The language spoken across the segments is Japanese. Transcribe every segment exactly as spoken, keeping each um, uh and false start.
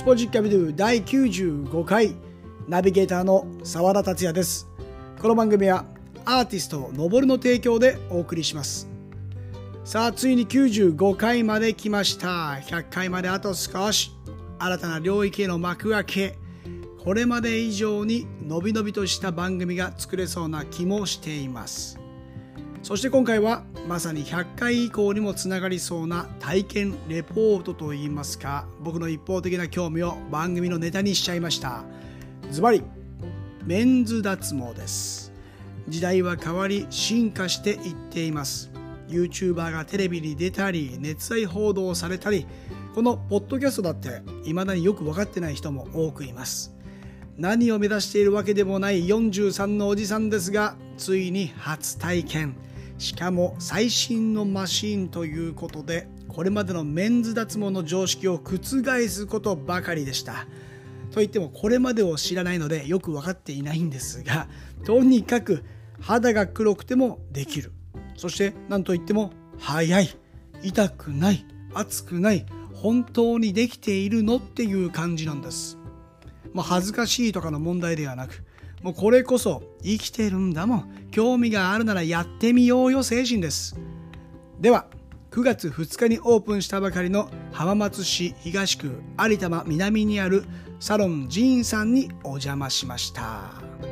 ポジックアビドゥだいきゅうじゅうごかい、ナビゲーターの澤田達也です。この番組はアーティストのぼるの提供でお送りします。さあ、ついにきゅうじゅうごかいまで来ました。ひゃっかいまであと少し。新たな領域への幕開け、これまで以上にのびのびとした番組が作れそうな気もしています。そして今回はまさにひゃっかい以降にもつながりそうな体験レポートといいますか、僕の一方的な興味を番組のネタにしちゃいました。ズバリメンズ脱毛です。時代は変わり進化していっています。 YouTuber がテレビに出たり熱愛報道されたり、このポッドキャストだって未だによく分かってない人も多くいます。何を目指しているわけでもないよんじゅうさんのおじさんですが、ついに初体験、しかも最新のマシーンということで、これまでのメンズ脱毛の常識を覆すことばかりでした。といってもこれまでを知らないのでよく分かっていないんですが、とにかく肌が黒くてもできる、そして何といっても早い、痛くない、熱くない、本当にできているのっていう感じなんです。まあ、恥ずかしいとかの問題ではなく、もうこれこそ生きてるんだもん、興味があるならやってみようよ精神です。ではくがつふつかにオープンしたばかりの浜松市東区有玉南にあるサロンジーンさんにお邪魔しました。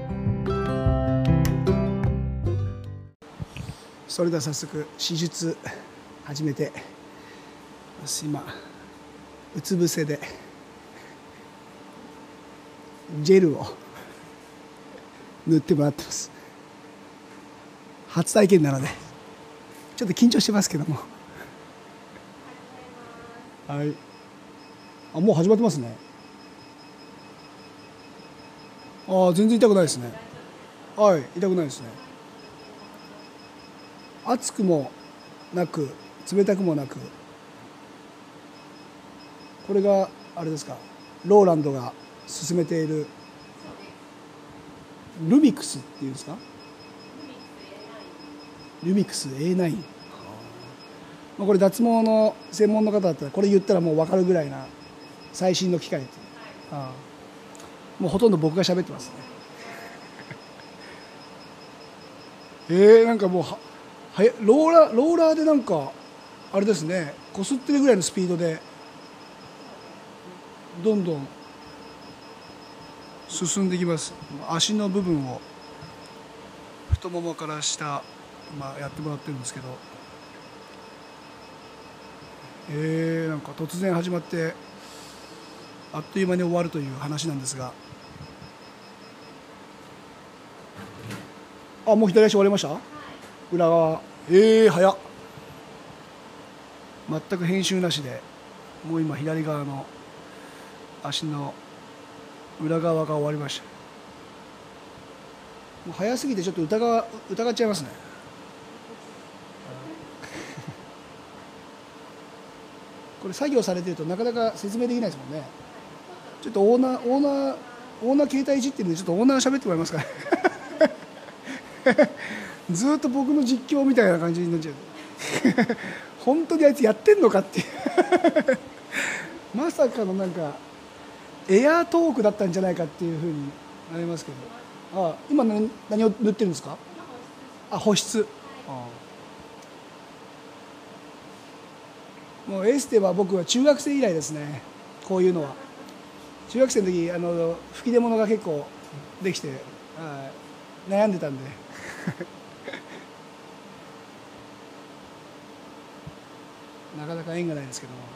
それでは早速施術始めて、今うつ伏せでジェルを塗ってもらってます。初体験なのでちょっと緊張してますけども、はい、あ、もう始まってますね。ああ、全然痛くないですね。はい、痛くないですね。熱くもなく冷たくもなく、これがあれですか、ローランドが進めているルミクスっていうんですか、ルミクス エーナイン、これ脱毛の専門の方だったらこれ言ったらもう分かるぐらいな最新の機械って、ああ、もうほとんど僕が喋ってますね。えー、なんかもうははやローラーローラーでなんかあれですね、こすってるぐらいのスピードでどんどん進んでいきます。足の部分を太ももから下、まあ、やってもらってるんですけど、えー、なんか突然始まってあっという間に終わるという話なんですが、あ、もう左足終わりました、はい、裏側、えー、早っ。全く編集なしでもう今左側の足の裏側が終わりました。もう早すぎてちょっと疑う疑っちゃいますね。これ作業されてるとなかなか説明できないですもんね。ちょっとオーナーオーナーオーナー携帯いじってるんで、ちょっとオーナー喋ってもらえますかね。ずっと僕の実況みたいな感じになっちゃう。本当にあいつやってんのかっていう。まさかのなんかエアートークだったんじゃないかっていうふうになりますけど、あ、今何、何を塗ってるんですか？あ、保湿。ああ、もうエステは僕は中学生以来ですね。こういうのは中学生の時、あの吹き出物が結構できて、はい、悩んでたんで。なかなか縁がないですけども、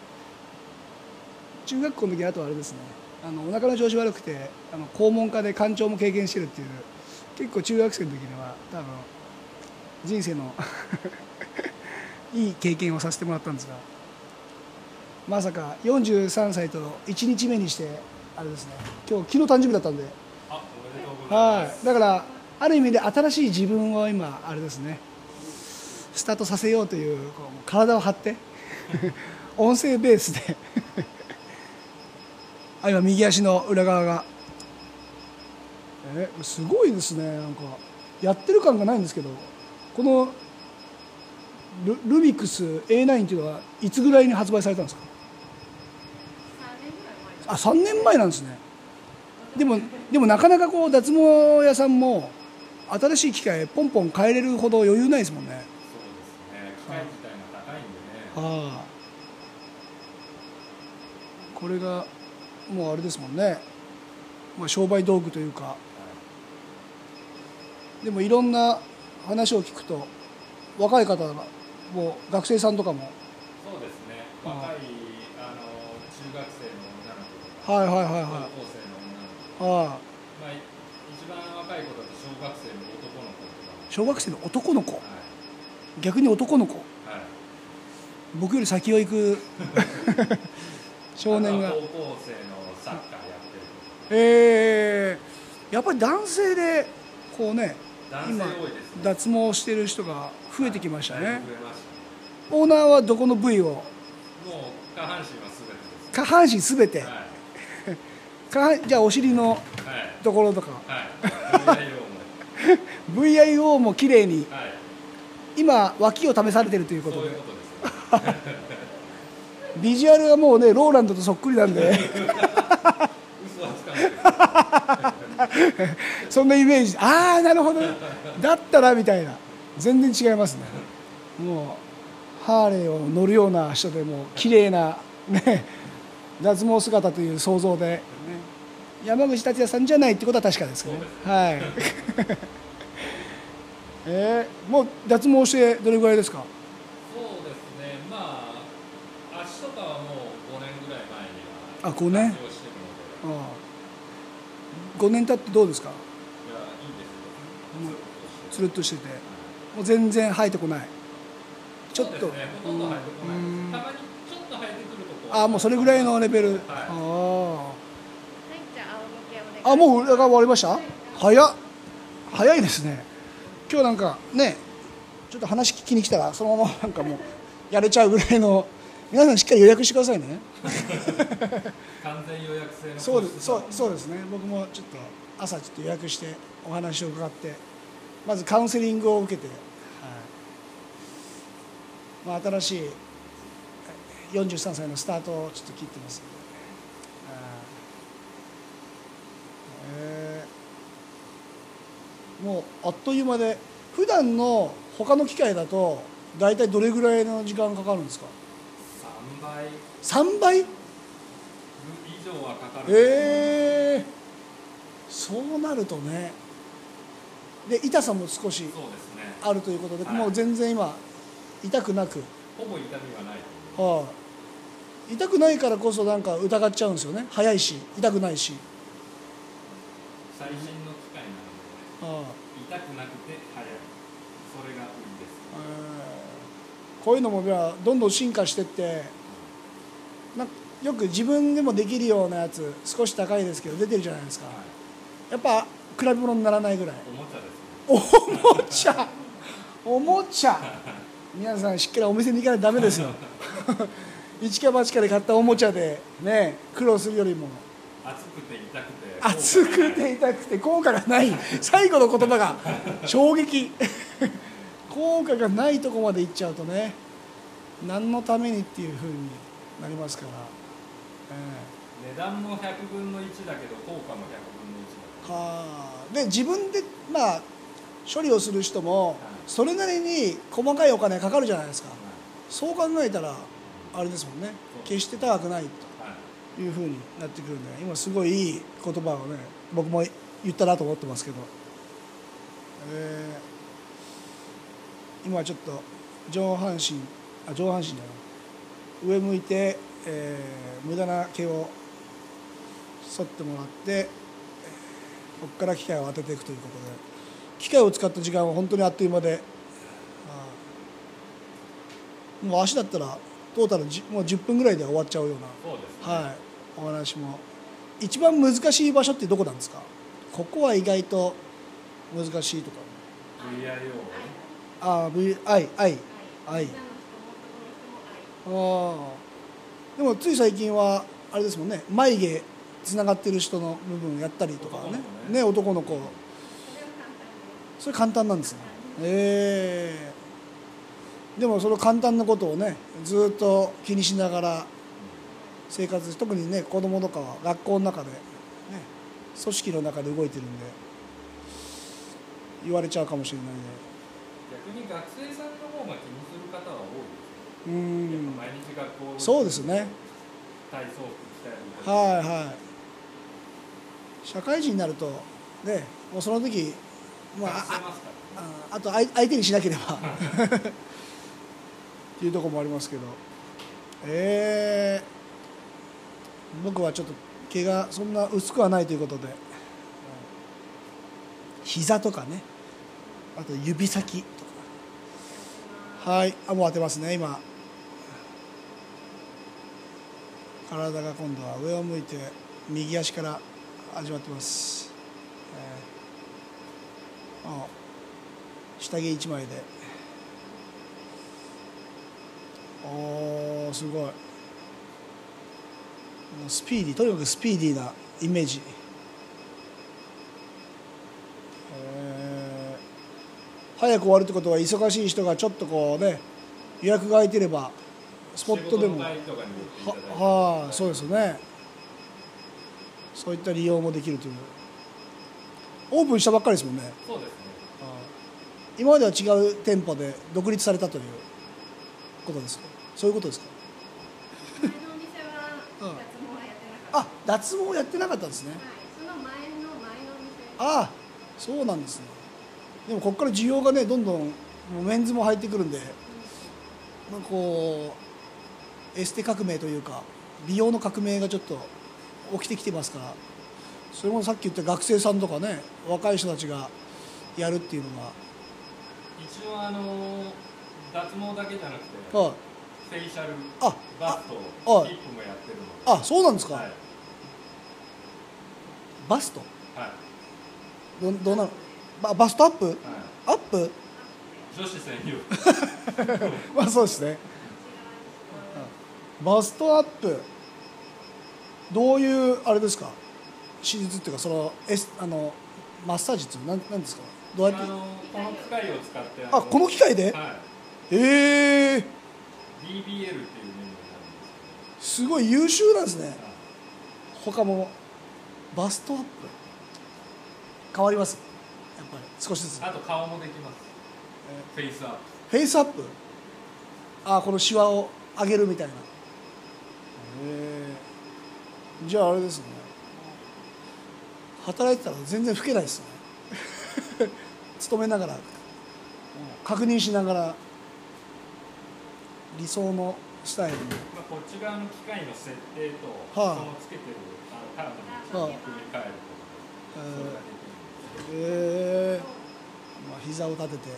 中学校の時、あとはあれですね、あのお腹の調子悪くて、あの肛門科で肝腸も経験してるっていう、結構中学生の時には多分人生のいい経験をさせてもらったんですが、まさかよんじゅうさんさいといちにちめにしてあれですね、今日昨日誕生日だったんで、あ、おめでとうございます。はい、だからある意味で新しい自分を今あれですね、スタートさせようという、こう体を張って音声ベースであ、今右足の裏側が、えすごいですね。なんかやってる感がないんですけど、この ル, ルミクス エーナイン っていうのはいつぐらいに発売されたんですか？ あ、さんねんまえなんですね。でもでもなかなかこう脱毛屋さんも新しい機械ポンポン変えれるほど余裕ないですもんね。 そうですね。機械自体が高いんでね。 はあ、これがもうあれですもんね、まあ、商売道具というか、 はい、 でもいろんな話を聞くと若い方がもう学生さんとかも、 そうですね。若い、あの中学生の女の子とか、 はいはいはいはい、 高校生の女の子、 はあ、 まあ一番若い子だと小学生の男の子とか、 小学生の男の子、 はい、 逆に男の子、 はい、 僕より先を行く少年が、 高校生のサッカーやってるとか、 えー、やっぱり男性でこうね、今男性多いですね。 脱毛してる人が増えてきましたね。 はい、だいぶ増えましたね。 オーナーはどこの部位を？ もう下半身はすべてです。 下半身すべて、 はい、 下半じゃあお尻のはい、 ところとか、 はい、 ブイアイオー も綺麗に、 はい、 今脇を試されてるということで、 そういうことです。 ビジュアルがもうねローランドとそっくりなんで嘘はつかない。 そんなイメージ、ああなるほどだったらみたいな、全然違いますね。もうハーレーを乗るような人でも綺麗なね脱毛姿という想像で、ね、山口達也さんじゃないってことは確かですけどね。はい。えー、もう脱毛してどれぐらいですか？ そうですね。まあ足とかはもうごねんぐらい前にはあ、ごねん。 脱毛してるので、 ああ、ごねん経ってどうですか？ いやいいですよ。 つるっとしてて、もう全然生えてこない。ちょっと、 そうですね、ほとんど生えてこないです。たまにちょっと生えてくるところ。 ああ、もうそれぐらいのレベル。 はい、 あはい、じゃあ仰向けお願いします。 あ、もう裏側終わりました？早っ、早いですね。今日なんかね、ちょっと話聞きに来たらそのままなんかもうやれちゃうぐらいの、皆さんしっかり予約してくださいね。 完全予約制の。 そうです、そう、そうですね。僕もちょっと朝ちょっと予約してお話を伺って、まずカウンセリングを受けて、はい、まあ、新しいよんじゅうさんさいのスタートをちょっと切ってますので、えー、もうあっという間で、普段の他の機械だと大体どれぐらいの時間かかるんですか？ さんばいさんばい以上はかかる。 えー、そうなるとね、で痛さも少しそうですね。 あるということで、 はい、 もう全然今痛くなく、 ほぼ痛みはない。 はあ、痛くないからこそなんか疑っちゃうんですよね。早いし痛くないし、 最新の機械なので、 はあ、 痛くなくて早い、それがいいです。 えー、こういうのもどんどん進化していって、なんかよく自分でもできるようなやつ、少し高いですけど出てるじゃないですか。はい、やっぱ比べ物にならないぐらい。 おもちゃですね。 おもちゃおもちゃ皆さんしっかりお店に行かないとダメですよ。一か八かで買ったおもちゃでね、苦労するよりも熱くて痛くて熱くて痛くて効果がない最後の言葉が衝撃。効果がないとこまで行っちゃうとね、何のためにっていうふうになりますから、 えー、値段もひゃくぶんのいちだけど効果もひゃくぶんのいちだ。 はあ、で自分でまあ処理をする人もそれなりに細かいお金かかるじゃないですか。そう考えたらあれですもんね、決して高くないというふうになってくるんで、今すごいいい言葉をね僕も言ったなと思ってますけど、えー、今ちょっと上半身あ上半身じゃない上向いて、えー、無駄な毛を剃ってもらって、ここから機械を当てていくということで、機械を使った時間は本当にあっという間で、もう足だったらトータルじもうじゅっぷんぐらいで終わっちゃうような、 そうですね、 はい、お話も。一番難しい場所ってどこなんですか？ここは意外と難しいとか。 ブイアイオー、 ああ ブイアイアイアイ、ああでもつい最近はあれですもんね、眉毛つながってる人の部分やったりとかね、ね、男の子、それ簡単なんですね。ええー、でもその簡単なことをねずっと気にしながら生活、特にね子供とかは学校の中で、ね、組織の中で動いてるんで言われちゃうかもしれないね。 逆に学生さんの方が気にする方は多いです。 うーん、 やっぱ毎日学校そうですね。 体操服着たりとか、 はいはい。社会人になるとね、もうその時、まあ、 隠せますからね。 ああと相相手にしなければっていうところもありますけど、えー、僕はちょっと毛がそんな薄くはないということで、膝とかね、あと指先とか、はい、あ、もう当てますね今。体が今度は上を向いて右足から始まってます、えー、あ、下着一枚で、おー、すごい、もうスピーディー、とにかくスピーディーなイメージ、えー、早く終わるってことは忙しい人がちょっとこうね予約が空いてればスポットでも、はあ、そうですよね。そういった利用もできるという。オープンしたばっかりですもんね。 そうですね。 今までは違う店舗で独立されたということですか。そういうことですか。 前のお店は脱毛はやってなかった。 あ、脱毛やってなかったんですね。 はい、その前の前のお店。 ああ、そうなんですね。でもここから需要がねどんどんもうメンズも入ってくるんで、なんかこうエステ革命というか美容の革命がちょっと起きてきてますから、それもさっき言った学生さんとかね若い人たちがやるっていうのが、 一応あの脱毛だけじゃなくて、 はい、 フェイシャル、 あバスあト、ヒップもやってるので。 あ、そうなんですか、 はい、 バストはい、 どどうなの、ババストアップ、 はい、 アップ女子専用まあそうですね。バストアップ、どういうあれですか、手術っていうかそのエスあのマッサージっていうのなんなんですか、どうやって、 あのこの機械を使ってあ、この機械で、 はい、 ええー、 ディービーエル っていうメニューになるんですすごい優秀なんですね。 けど、 他もバストアップ変わります、やっぱり少しずつ。 あと顔もできます、えー、フェイスアップ、 フェイスアップ、あ、このシワを上げるみたいな、えー、じゃああれですね、働いてたら全然老けないですね勤めながら確認しながら理想のスタイルに、 まあ、こっち側の機械の設定と、 はあ、 そのつけてるあのタームに組み替えると、それができるんです。 えー、まあ、膝を立てて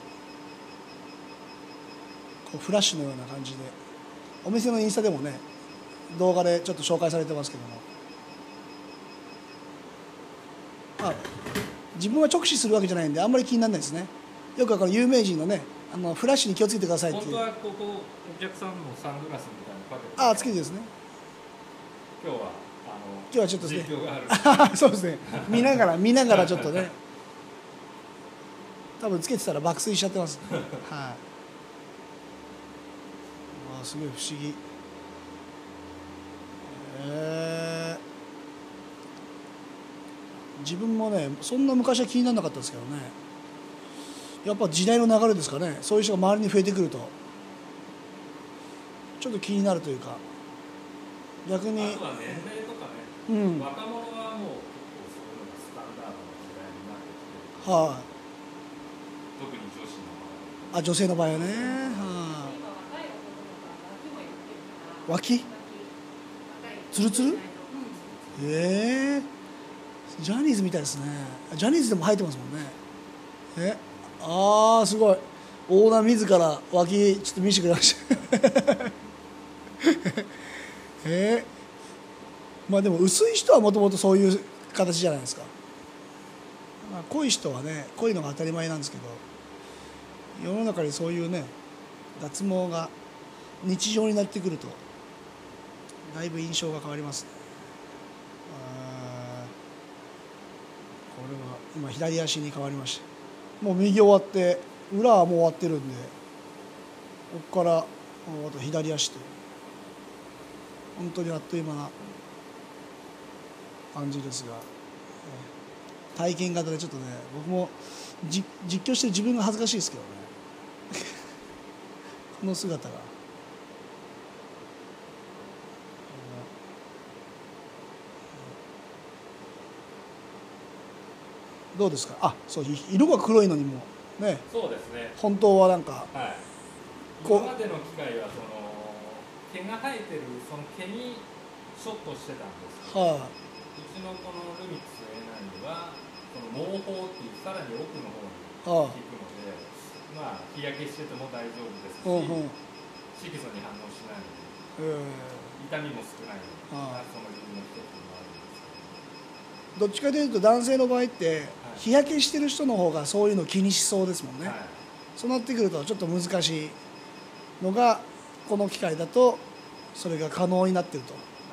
こうフラッシュのような感じで、お店のインスタでもね動画でちょっと紹介されてますけども、あ、自分は直視するわけじゃないんであんまり気にならないですね。よくこの有名人のね、あのフラッシュに気をつけてくださいっていう。 本当はここお客さんもサングラスみたいなのかけて、 ああ、つけてですね。 今日はあの今日はちょっとね実況があるそうですね、見ながら見ながらちょっとね多分つけてたら爆睡しちゃってます、はい、あ、すごい不思議、えー、自分もねそんな昔は気にならなかったですけどね、やっぱ時代の流れですかね、そういう人が周りに増えてくるとちょっと気になるというか、逆にあとは年齢とかね、 うん、 若者はもう結構そういうのがスタンダードな時代になってきてる、 はい、 特に女子の場合、 あ、女性の場合はね、はあ、脇ツルツル、ええー、ジャニーズみたいですね。ジャニーズでも生えてますもんね。え、ああ、すごい、オーナー自ら脇ちょっと見せてくれましたえー、まあでも薄い人はもともとそういう形じゃないですか、まあ、濃い人はね濃いのが当たり前なんですけど、世の中にそういうね脱毛が日常になってくるとだいぶ印象が変わりますね。あ、これは今左足に変わりました。もう右終わって裏はもう終わってるんで、ここからあと左足という、 本当にあっという間な感じですが、体験型でちょっとね、僕もじ実況して自分が恥ずかしいですけどねこの姿が。どうですか。あ、そう、色が黒いのにもね、 そうですね。 本当はなんか、 はい。 こう今までの機械はその毛が生えてるその毛にショットしてたんですけど、 はあ、 うちのこのルミックス エーナイン はその毛包っていうさらに奥の方に効くので、まあ日焼けしてても大丈夫ですし、 うんうん、 色素に反応しないので、 え痛みも少ないので、 ああその理由の一つにもあるんですーどっちかというと男性の場合ってはい日焼けしてる人の方がそういうの気にしそうですもんね、 けど、はい、 そうなってくるとちょっと難しいのがこの機械だとそれが可能になっていると、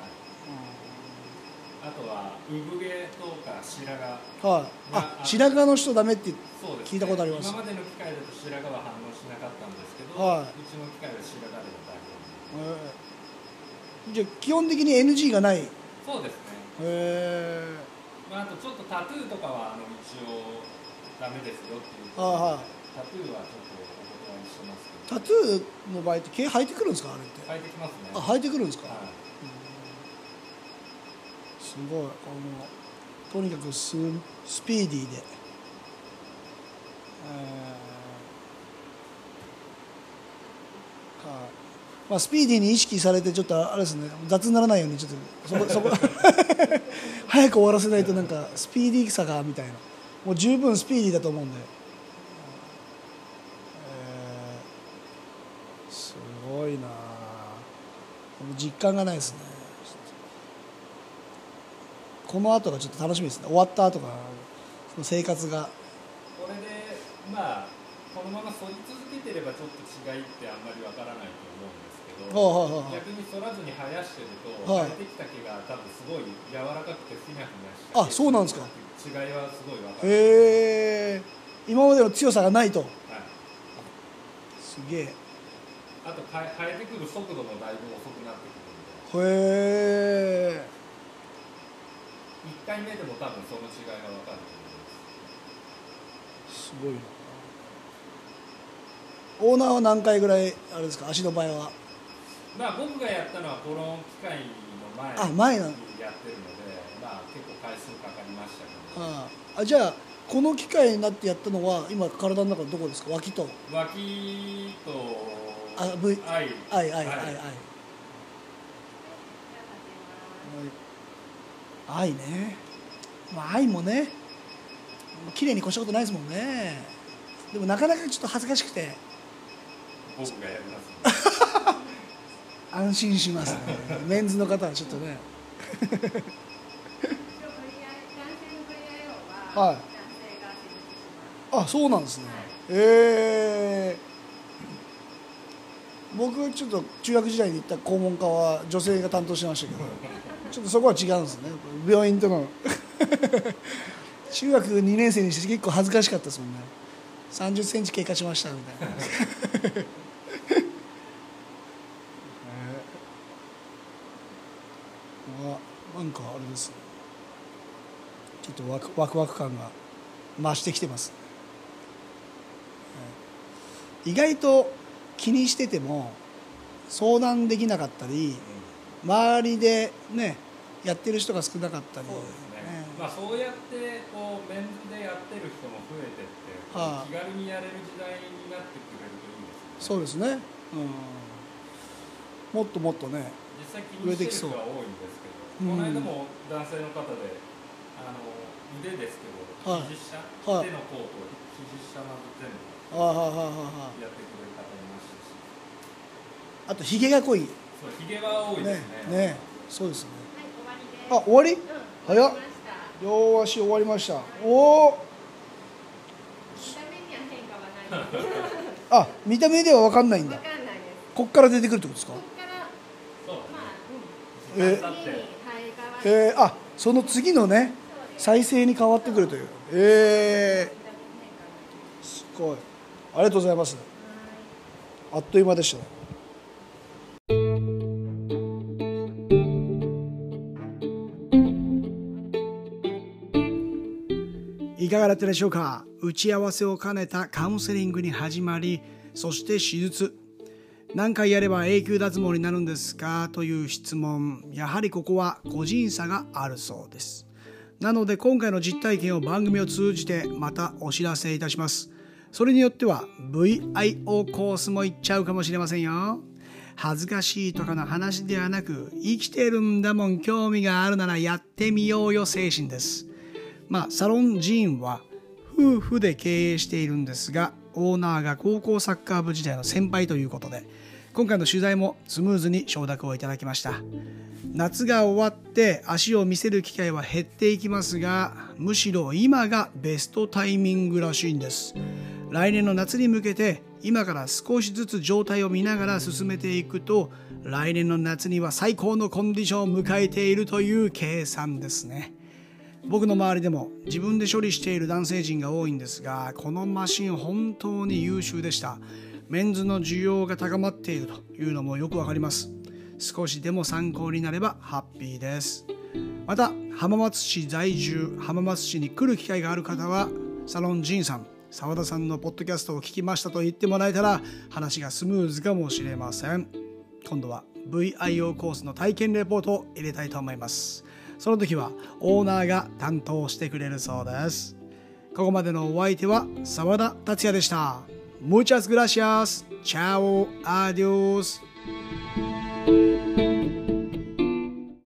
あとは産毛とか白髪、 はい、あ、白髪の人ダメってそうですね、 聞いたことあります。 今までの機械だと白髪は反応しなかったんですけど、 はい、 うちの機械は白髪でも大丈夫。 えー、じゃあ基本的に エヌジー がない。へそうですね。 えーまあ、あとちょっとタトゥーとかはあの一応ダメですよっていうー、はいはい、 タトゥーはちょっとお断りしてますけタトゥーの場合って毛生えてくるんですか、あれって。 ど、生えてきますね。 あ、生えてくるんですか、 はい、 すごい、あのとにかくススピーディーで、えーはい、まあ、スピーディーに意識されてちょっとあれですね、雑にならないようにちょっとそこそこ早く終わらせないとなんかスピーディーさがみたいな、もう十分スピーディーだと思うんで、えーすごいな、実感がないですね。この後がちょっと楽しみですね。終わった後がその生活が。 これでまあこのまま反り続けてればちょっと違いってあんまりわからないと思うんですけど、 はいはいはい、 逆に反らずに生やしてると、 はい、 生えてきた毛が多分すごい柔らかくてふにゃふにゃしたあ、そうなんですか。 違いはすごいわかる。 へえ、今までの強さがないと。 はい、 すげえ。 あと生えてくる速度もだいぶ遅くなってくるんで、 へえ、 いっかいめでも多分その違いがわかると思います。 すごいな。オーナーは何回ぐらいあれですか、足の場合は。 まあ僕がやったのはこの機械の前あ、前なの。 にやってるので、まあ結構回数かかりましたけど、 ああ、じゃあこの機械になってやったのは今体の中どこですか。脇と。 脇とあ、V、 愛、 愛、愛、愛、愛。愛ね。まあ愛もね、綺麗に越したことないですもんね。でもなかなかちょっと恥ずかしくて。 僕がやりますね。 安心しますね。メンズの方はちょっとね。はい。あ、そうなんですね。ええー。僕ちょっと中学時代に行った肛門科は女性が担当してましたけど、ちょっとそこは違うんですね。病院との中学にねん生にして結構恥ずかしかったですもんね。さんじゅっセンチ経過しましたみたいな。なんかあれですね、ちょっとワクワクワク感が増してきてます、意外と気にしてても相談できなかったり、周りでねやってる人が少なかったり、 そうですね、ね、まあそうやってこうメンズでやってる人も増えてって、はあ、気軽にやれる時代になってくれるといいですね。 そうですね、うん、もっともっとね実際気にしてる人は多いんですけど、この間も男性の方であの腕ですけど、はい、肘下、はい、手の甲と肘下まで全部やってくれる方いましたし、 あとひげが濃い。 そう、ひげは多いですね。 ね、ね、そうですね。はい、終わりです。あ、終わり？早っ。両足終わりました。おお。あ、見た目では分かんないんだ。こっから出てくるってことですか？えー、えー、あ、その次のね再生に変わってくるという、えー、すごい、ありがとうございます。あっという間でした。 ったでしょうか。打ち合わせを兼ねたカウンセリングに始まり、そして手術。何回やれば永久脱毛になるんですかという質問。やはりここは個人差があるそうです。なので今回の実体験を番組を通じてまたお知らせいたします。それによっては ブイアイオー コースも行っちゃうかもしれませんよ。恥ずかしいとかの話ではなく、生きてるんだもん、興味があるならやってみようよ精神です。まあサロンジーンは夫婦で経営しているんですが、オーナーが高校サッカー部時代の先輩ということで、今回の取材もスムーズに承諾をいただきました。夏が終わって足を見せる機会は減っていきますが、むしろ今がベストタイミングらしいんです。来年の夏に向けて今から少しずつ状態を見ながら進めていくと、来年の夏には最高のコンディションを迎えているという計算ですね。僕の周りでも自分で処理している男性陣が多いんですが、このマシン本当に優秀でした。メンズの需要が高まっているというのもよくわかります。少しでも参考になればハッピーです。また浜松市在住、浜松市に来る機会がある方は、サロンジンさん、澤田さんのポッドキャストを聞きましたと言ってもらえたら話がスムーズかもしれません。今度は ブイアイオー コースの体験レポートを入れたいと思います。その時はオーナーが担当してくれるそうです。ここまでのお相手は澤田達也でした。Muchas gracias. Chao. Adiós.